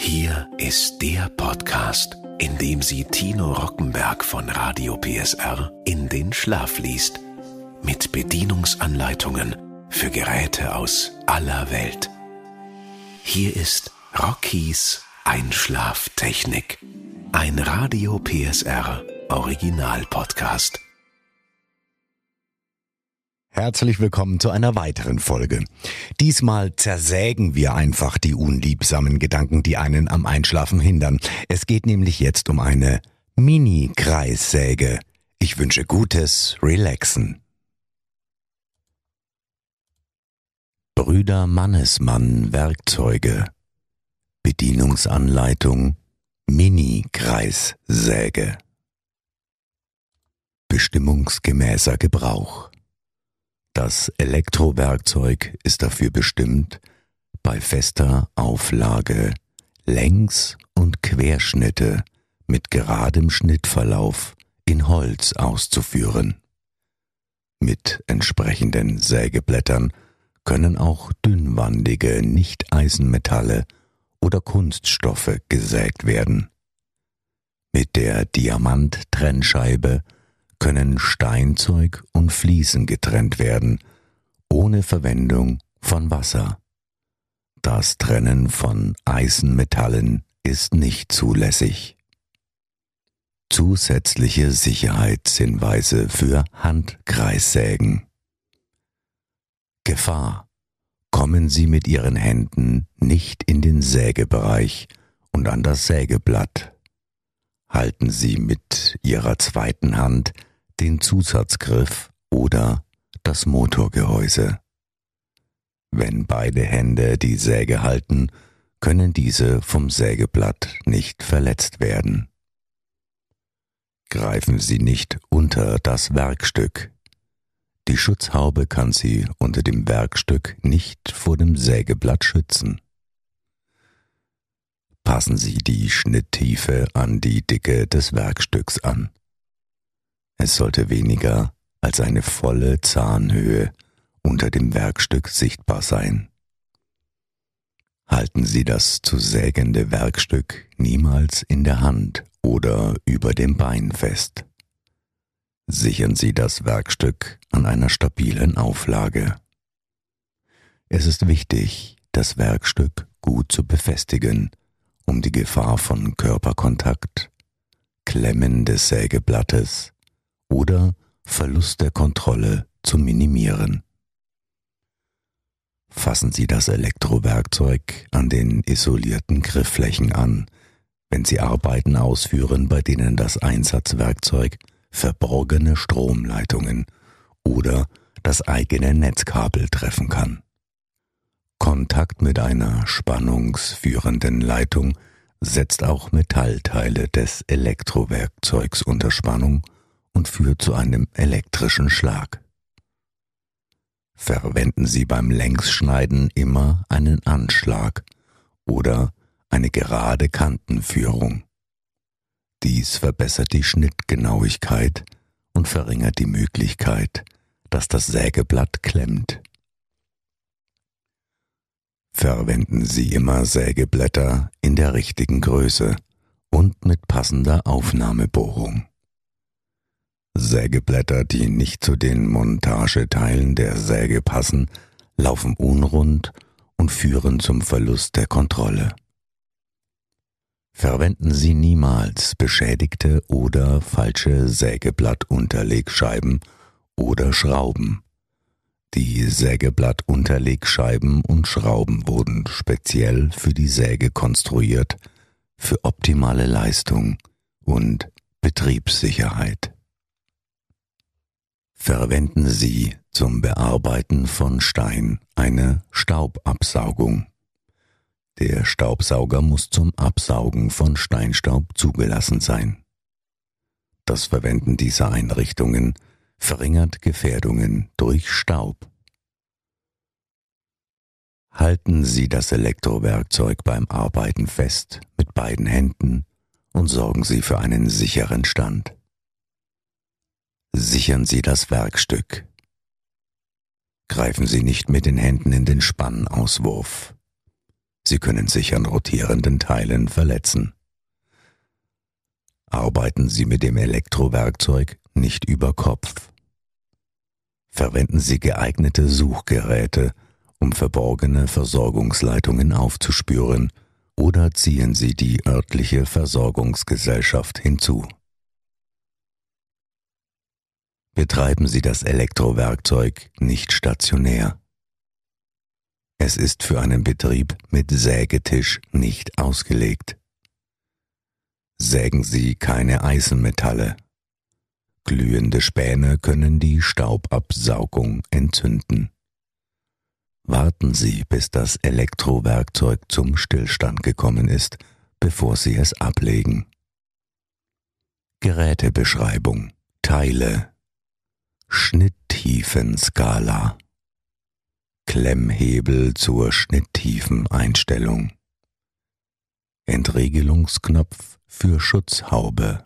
Hier ist der Podcast, in dem sie Tino Rockenberg von Radio PSR in den Schlaf liest. Mit Bedienungsanleitungen für Geräte aus aller Welt. Hier ist Rockies Einschlaftechnik. Ein Radio PSR Original-Podcast. Herzlich willkommen zu einer weiteren Folge. Diesmal zersägen wir einfach die unliebsamen Gedanken, die einen am Einschlafen hindern. Es geht nämlich jetzt um eine Mini-Kreissäge. Ich wünsche gutes Relaxen. Brüder Mannesmann Werkzeuge. Bedienungsanleitung Mini-Kreissäge. Bestimmungsgemäßer Gebrauch. Das Elektrowerkzeug ist dafür bestimmt, bei fester Auflage Längs- und Querschnitte mit geradem Schnittverlauf in Holz auszuführen. Mit entsprechenden Sägeblättern können auch dünnwandige Nicht-Eisenmetalle oder Kunststoffe gesägt werden. Mit der Diamant-Trennscheibe können Steinzeug und Fliesen getrennt werden, ohne Verwendung von Wasser. Das Trennen von Eisenmetallen ist nicht zulässig. Zusätzliche Sicherheitshinweise für Handkreissägen. Gefahr: Kommen Sie mit Ihren Händen nicht in den Sägebereich und an das Sägeblatt. Halten Sie mit Ihrer zweiten Hand den Zusatzgriff oder das Motorgehäuse. Wenn beide Hände die Säge halten, können diese vom Sägeblatt nicht verletzt werden. Greifen Sie nicht unter das Werkstück. Die Schutzhaube kann Sie unter dem Werkstück nicht vor dem Sägeblatt schützen. Passen Sie die Schnitttiefe an die Dicke des Werkstücks an. Es sollte weniger als eine volle Zahnhöhe unter dem Werkstück sichtbar sein. Halten Sie das zu sägende Werkstück niemals in der Hand oder über dem Bein fest. Sichern Sie das Werkstück an einer stabilen Auflage. Es ist wichtig, das Werkstück gut zu befestigen, um die Gefahr von Körperkontakt, Klemmen des Sägeblattes oder Verlust der Kontrolle zu minimieren. Fassen Sie das Elektrowerkzeug an den isolierten Griffflächen an, wenn Sie Arbeiten ausführen, bei denen das Einsatzwerkzeug verborgene Stromleitungen oder das eigene Netzkabel treffen kann. Kontakt mit einer spannungsführenden Leitung setzt auch Metallteile des Elektrowerkzeugs unter Spannung und führt zu einem elektrischen Schlag. Verwenden Sie beim Längsschneiden immer einen Anschlag oder eine gerade Kantenführung. Dies verbessert die Schnittgenauigkeit und verringert die Möglichkeit, dass das Sägeblatt klemmt. Verwenden Sie immer Sägeblätter in der richtigen Größe und mit passender Aufnahmebohrung. Sägeblätter, die nicht zu den Montageteilen der Säge passen, laufen unrund und führen zum Verlust der Kontrolle. Verwenden Sie niemals beschädigte oder falsche Sägeblattunterlegscheiben oder Schrauben. Die Sägeblattunterlegscheiben und Schrauben wurden speziell für die Säge konstruiert, für optimale Leistung und Betriebssicherheit. Verwenden Sie zum Bearbeiten von Stein eine Staubabsaugung. Der Staubsauger muss zum Absaugen von Steinstaub zugelassen sein. Das Verwenden dieser Einrichtungen verringert Gefährdungen durch Staub. Halten Sie das Elektrowerkzeug beim Arbeiten fest mit beiden Händen und sorgen Sie für einen sicheren Stand. Sichern Sie das Werkstück. Greifen Sie nicht mit den Händen in den Spannauswurf. Sie können sich an rotierenden Teilen verletzen. Arbeiten Sie mit dem Elektrowerkzeug nicht über Kopf. Verwenden Sie geeignete Suchgeräte, um verborgene Versorgungsleitungen aufzuspüren, oder ziehen Sie die örtliche Versorgungsgesellschaft hinzu. Betreiben Sie das Elektrowerkzeug nicht stationär. Es ist für einen Betrieb mit Sägetisch nicht ausgelegt. Sägen Sie keine Eisenmetalle. Glühende Späne können die Staubabsaugung entzünden. Warten Sie, bis das Elektrowerkzeug zum Stillstand gekommen ist, bevor Sie es ablegen. Gerätebeschreibung: Teile, Schnitttiefenskala, Klemmhebel zur Schnitttiefeneinstellung, Entriegelungsknopf für Schutzhaube,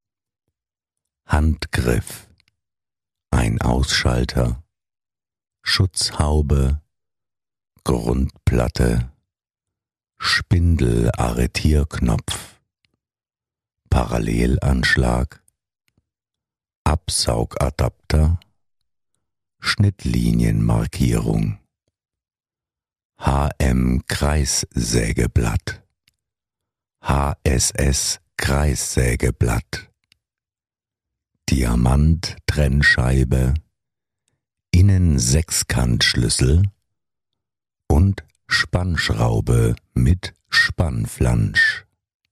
Handgriff, ein Ausschalter, Schutzhaube, Grundplatte, Spindelarretierknopf, Parallelanschlag, Absaugadapter, Schnittlinienmarkierung, HM-Kreissägeblatt, HSS-Kreissägeblatt, Diamant-Trennscheibe, Innensechskantschlüssel und Spannschraube mit Spannflansch.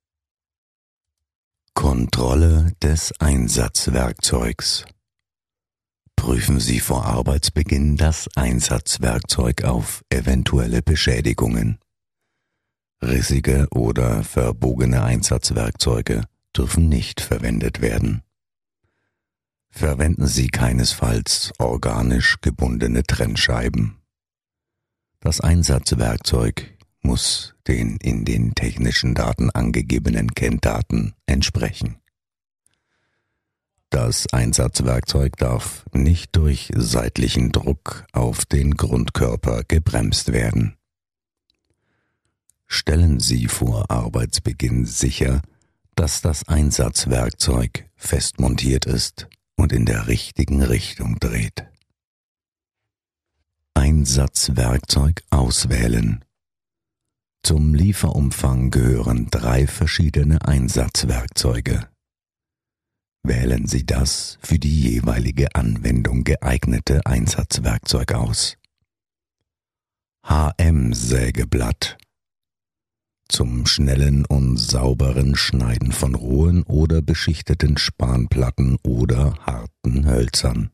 Kontrolle des Einsatzwerkzeugs. Prüfen Sie vor Arbeitsbeginn das Einsatzwerkzeug auf eventuelle Beschädigungen. Rissige oder verbogene Einsatzwerkzeuge dürfen nicht verwendet werden. Verwenden Sie keinesfalls organisch gebundene Trennscheiben. Das Einsatzwerkzeug muss den in den technischen Daten angegebenen Kenndaten entsprechen. Das Einsatzwerkzeug darf nicht durch seitlichen Druck auf den Grundkörper gebremst werden. Stellen Sie vor Arbeitsbeginn sicher, dass das Einsatzwerkzeug fest montiert ist und in der richtigen Richtung dreht. Einsatzwerkzeug auswählen. Zum Lieferumfang gehören 3 verschiedene Einsatzwerkzeuge. Wählen Sie das für die jeweilige Anwendung geeignete Einsatzwerkzeug aus. HM-Sägeblatt. Zum schnellen und sauberen Schneiden von rohen oder beschichteten Spanplatten oder harten Hölzern.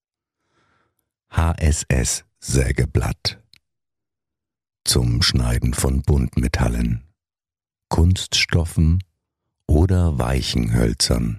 HSS-Sägeblatt. Zum Schneiden von Buntmetallen, Kunststoffen oder weichen Hölzern.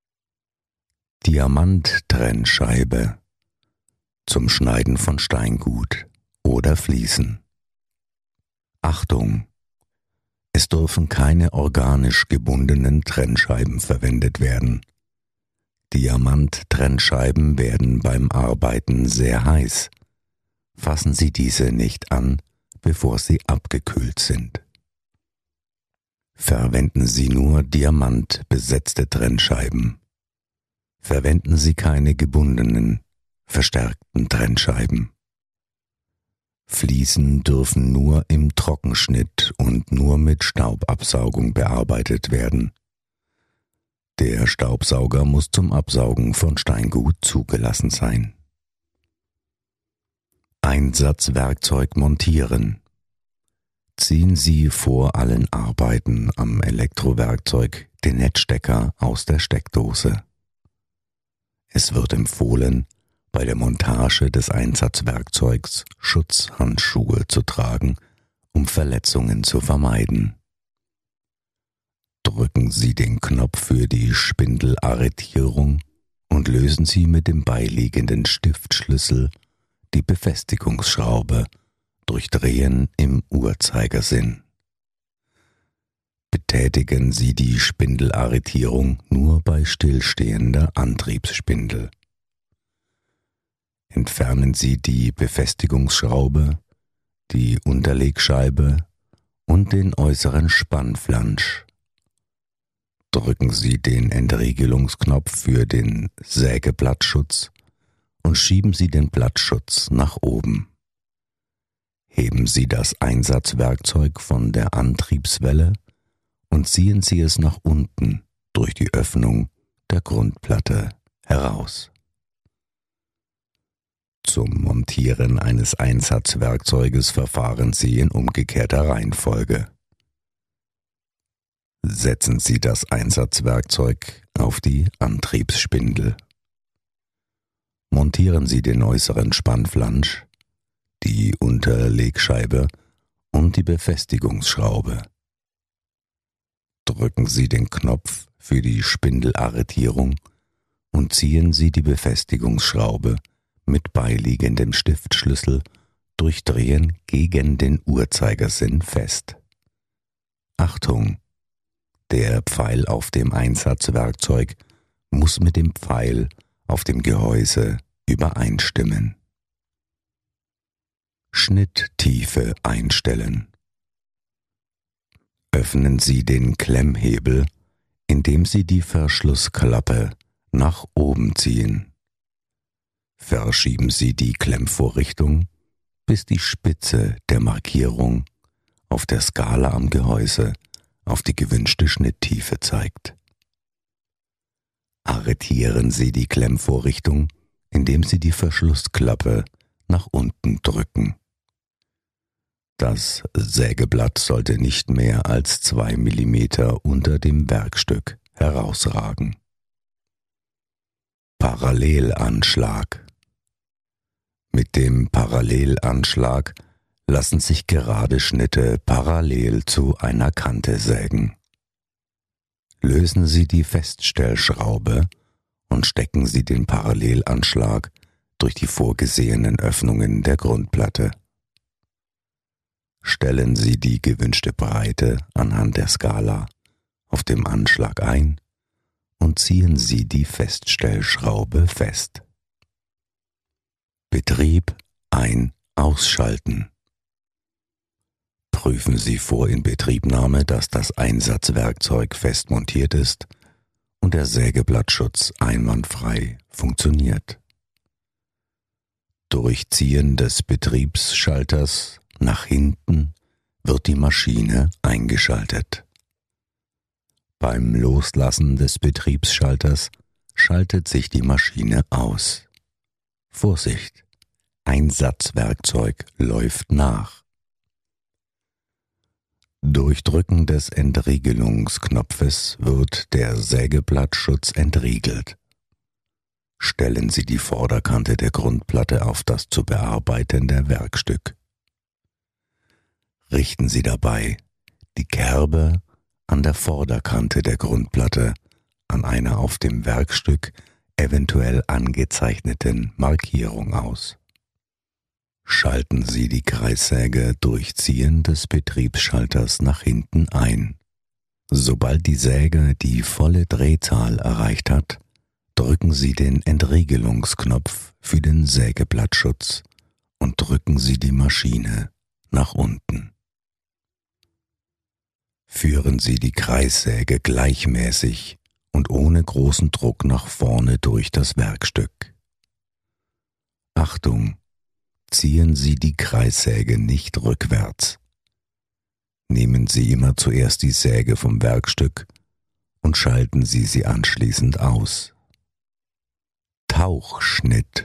Diamant-Trennscheibe. Zum Schneiden von Steingut oder Fliesen. Achtung! Es dürfen keine organisch gebundenen Trennscheiben verwendet werden. Diamant-Trennscheiben werden beim Arbeiten sehr heiß. Fassen Sie diese nicht an, bevor sie abgekühlt sind. Verwenden Sie nur diamantbesetzte Trennscheiben. Verwenden Sie keine gebundenen, verstärkten Trennscheiben. Fliesen dürfen nur im Trockenschnitt und nur mit Staubabsaugung bearbeitet werden. Der Staubsauger muss zum Absaugen von Steingut zugelassen sein. Einsatzwerkzeug montieren. Ziehen Sie vor allen Arbeiten am Elektrowerkzeug den Netzstecker aus der Steckdose. Es wird empfohlen, bei der Montage des Einsatzwerkzeugs Schutzhandschuhe zu tragen, um Verletzungen zu vermeiden. Drücken Sie den Knopf für die Spindelarretierung und lösen Sie mit dem beiliegenden Stiftschlüssel die Befestigungsschraube durch Drehen im Uhrzeigersinn. Betätigen Sie die Spindelarretierung nur bei stillstehender Antriebsspindel. Entfernen Sie die Befestigungsschraube, die Unterlegscheibe und den äußeren Spannflansch. Drücken Sie den Entriegelungsknopf für den Sägeblattschutz und schieben Sie den Blattschutz nach oben. Heben Sie das Einsatzwerkzeug von der Antriebswelle und ziehen Sie es nach unten durch die Öffnung der Grundplatte heraus. Zum Montieren eines Einsatzwerkzeuges verfahren Sie in umgekehrter Reihenfolge. Setzen Sie das Einsatzwerkzeug auf die Antriebsspindel. Montieren Sie den äußeren Spannflansch, die Unterlegscheibe und die Befestigungsschraube. Drücken Sie den Knopf für die Spindelarretierung und ziehen Sie die Befestigungsschraube mit beiliegendem Stiftschlüssel durch Drehen gegen den Uhrzeigersinn fest. Achtung! Der Pfeil auf dem Einsatzwerkzeug muss mit dem Pfeil auf dem Gehäuse übereinstimmen. Schnitttiefe einstellen. Öffnen Sie den Klemmhebel, indem Sie die Verschlussklappe nach oben ziehen. Verschieben Sie die Klemmvorrichtung, bis die Spitze der Markierung auf der Skala am Gehäuse auf die gewünschte Schnitttiefe zeigt. Arretieren Sie die Klemmvorrichtung, indem Sie die Verschlussklappe nach unten drücken. Das Sägeblatt sollte nicht mehr als 2 mm unter dem Werkstück herausragen. Parallelanschlag. Mit dem Parallelanschlag lassen sich gerade Schnitte parallel zu einer Kante sägen. Lösen Sie die Feststellschraube und stecken Sie den Parallelanschlag durch die vorgesehenen Öffnungen der Grundplatte. Stellen Sie die gewünschte Breite anhand der Skala auf dem Anschlag ein und ziehen Sie die Feststellschraube fest. Betrieb ein-ausschalten. Prüfen Sie vor Inbetriebnahme, dass das Einsatzwerkzeug fest montiert ist und der Sägeblattschutz einwandfrei funktioniert. Durch Ziehen des Betriebsschalters nach hinten wird die Maschine eingeschaltet. Beim Loslassen des Betriebsschalters schaltet sich die Maschine aus. Vorsicht! Einsatzwerkzeug läuft nach. Durch Drücken des Entriegelungsknopfes wird der Sägeblattschutz entriegelt. Stellen Sie die Vorderkante der Grundplatte auf das zu bearbeitende Werkstück. Richten Sie dabei die Kerbe an der Vorderkante der Grundplatte an einer auf dem Werkstück eventuell angezeichneten Markierung aus. Schalten Sie die Kreissäge durch Ziehen des Betriebsschalters nach hinten ein. Sobald die Säge die volle Drehzahl erreicht hat, drücken Sie den Entriegelungsknopf für den Sägeblattschutz und drücken Sie die Maschine nach unten. Führen Sie die Kreissäge gleichmäßig und ohne großen Druck nach vorne durch das Werkstück. Achtung! Ziehen Sie die Kreissäge nicht rückwärts. Nehmen Sie immer zuerst die Säge vom Werkstück und schalten Sie sie anschließend aus. Tauchschnitt.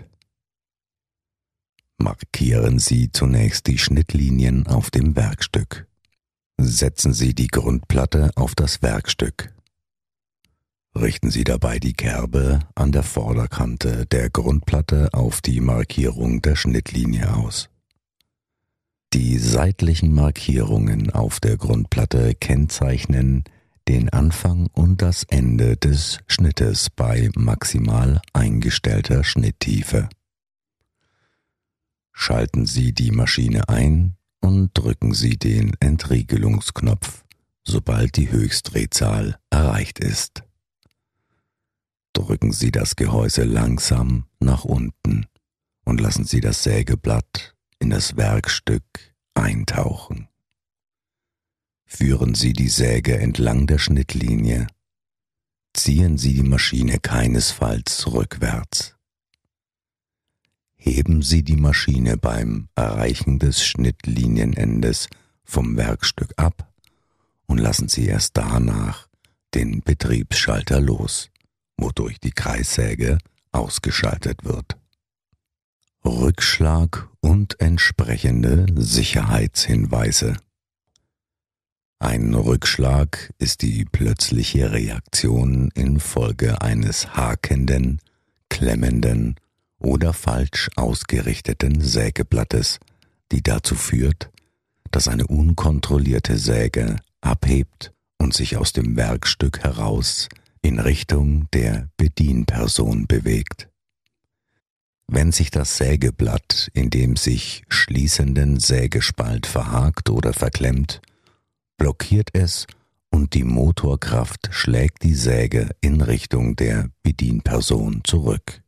Markieren Sie zunächst die Schnittlinien auf dem Werkstück. Setzen Sie die Grundplatte auf das Werkstück. Richten Sie dabei die Kerbe an der Vorderkante der Grundplatte auf die Markierung der Schnittlinie aus. Die seitlichen Markierungen auf der Grundplatte kennzeichnen den Anfang und das Ende des Schnittes bei maximal eingestellter Schnitttiefe. Schalten Sie die Maschine ein und drücken Sie den Entriegelungsknopf, sobald die Höchstdrehzahl erreicht ist. Drücken Sie das Gehäuse langsam nach unten und lassen Sie das Sägeblatt in das Werkstück eintauchen. Führen Sie die Säge entlang der Schnittlinie. Ziehen Sie die Maschine keinesfalls rückwärts. Heben Sie die Maschine beim Erreichen des Schnittlinienendes vom Werkstück ab und lassen Sie erst danach den Betriebsschalter los, wodurch die Kreissäge ausgeschaltet wird. Rückschlag und entsprechende Sicherheitshinweise. Ein Rückschlag ist die plötzliche Reaktion infolge eines hakenden, klemmenden oder falsch ausgerichteten Sägeblattes, die dazu führt, dass eine unkontrollierte Säge abhebt und sich aus dem Werkstück heraus in Richtung der Bedienperson bewegt. Wenn sich das Sägeblatt in dem sich schließenden Sägespalt verhakt oder verklemmt, blockiert es und die Motorkraft schlägt die Säge in Richtung der Bedienperson zurück.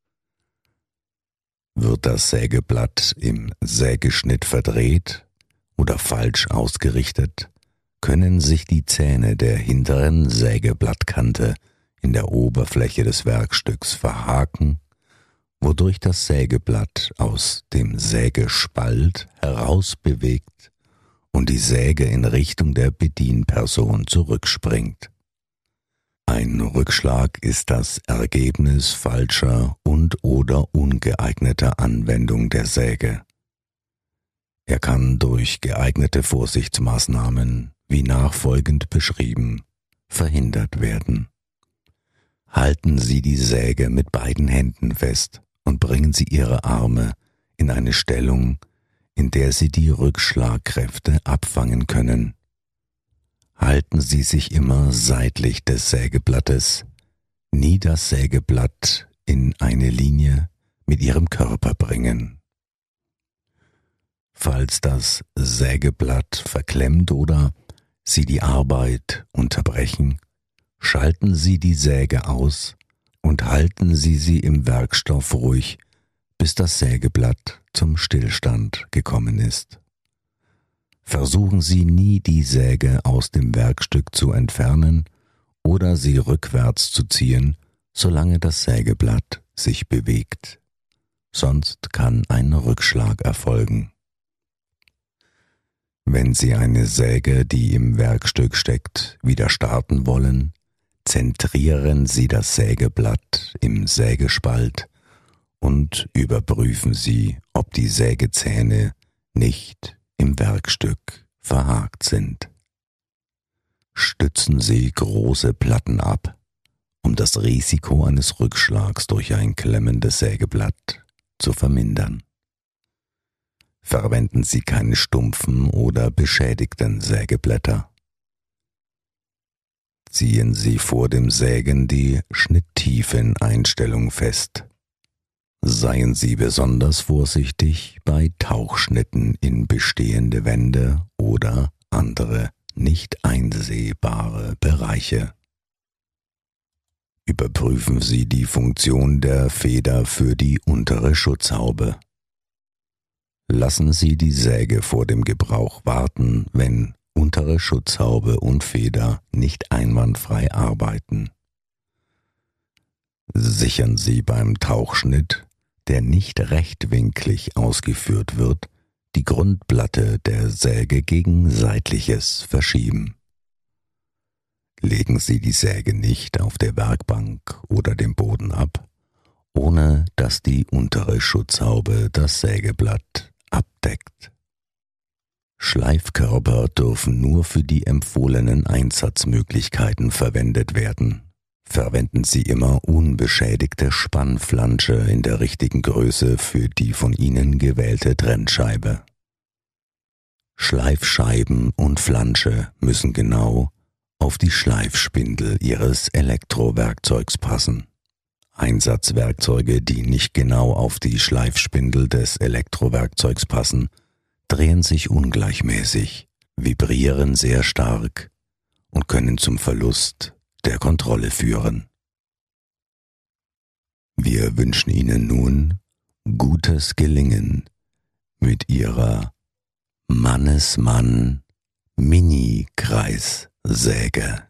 Wird das Sägeblatt im Sägeschnitt verdreht oder falsch ausgerichtet, können sich die Zähne der hinteren Sägeblattkante in der Oberfläche des Werkstücks verhaken, wodurch das Sägeblatt aus dem Sägespalt herausbewegt und die Säge in Richtung der Bedienperson zurückspringt. Ein Rückschlag ist das Ergebnis falscher und/oder ungeeigneter Anwendung der Säge. Er kann durch geeignete Vorsichtsmaßnahmen, wie nachfolgend beschrieben, verhindert werden. Halten Sie die Säge mit beiden Händen fest und bringen Sie Ihre Arme in eine Stellung, in der Sie die Rückschlagkräfte abfangen können. Halten Sie sich immer seitlich des Sägeblattes, nie das Sägeblatt in eine Linie mit Ihrem Körper bringen. Falls das Sägeblatt verklemmt oder Sie die Arbeit unterbrechen, schalten Sie die Säge aus und halten Sie sie im Werkstoff ruhig, bis das Sägeblatt zum Stillstand gekommen ist. Versuchen Sie nie, die Säge aus dem Werkstück zu entfernen oder sie rückwärts zu ziehen, solange das Sägeblatt sich bewegt. Sonst kann ein Rückschlag erfolgen. Wenn Sie eine Säge, die im Werkstück steckt, wieder starten wollen, zentrieren Sie das Sägeblatt im Sägespalt und überprüfen Sie, ob die Sägezähne nicht im Werkstück verhakt sind. Stützen Sie große Platten ab, um das Risiko eines Rückschlags durch ein klemmendes Sägeblatt zu vermindern. Verwenden Sie keine stumpfen oder beschädigten Sägeblätter. Ziehen Sie vor dem Sägen die Schnitttiefeneinstellung fest. Seien Sie besonders vorsichtig bei Tauchschnitten in bestehende Wände oder andere nicht einsehbare Bereiche. Überprüfen Sie die Funktion der Feder für die untere Schutzhaube. Lassen Sie die Säge vor dem Gebrauch warten, wenn untere Schutzhaube und Feder nicht einwandfrei arbeiten. Sichern Sie beim Tauchschnitt, der nicht rechtwinklig ausgeführt wird, die Grundplatte der Säge gegen seitliches Verschieben. Legen Sie die Säge nicht auf der Werkbank oder dem Boden ab, ohne dass die untere Schutzhaube das Sägeblatt abdeckt. Schleifkörper dürfen nur für die empfohlenen Einsatzmöglichkeiten verwendet werden. Verwenden Sie immer unbeschädigte Spannflansche in der richtigen Größe für die von Ihnen gewählte Trennscheibe. Schleifscheiben und Flansche müssen genau auf die Schleifspindel Ihres Elektrowerkzeugs passen. Einsatzwerkzeuge, die nicht genau auf die Schleifspindel des Elektrowerkzeugs passen, drehen sich ungleichmäßig, vibrieren sehr stark und können zum Verlust der Kontrolle führen. Wir wünschen Ihnen nun gutes Gelingen mit Ihrer Mannesmann Mini-Kreissäge.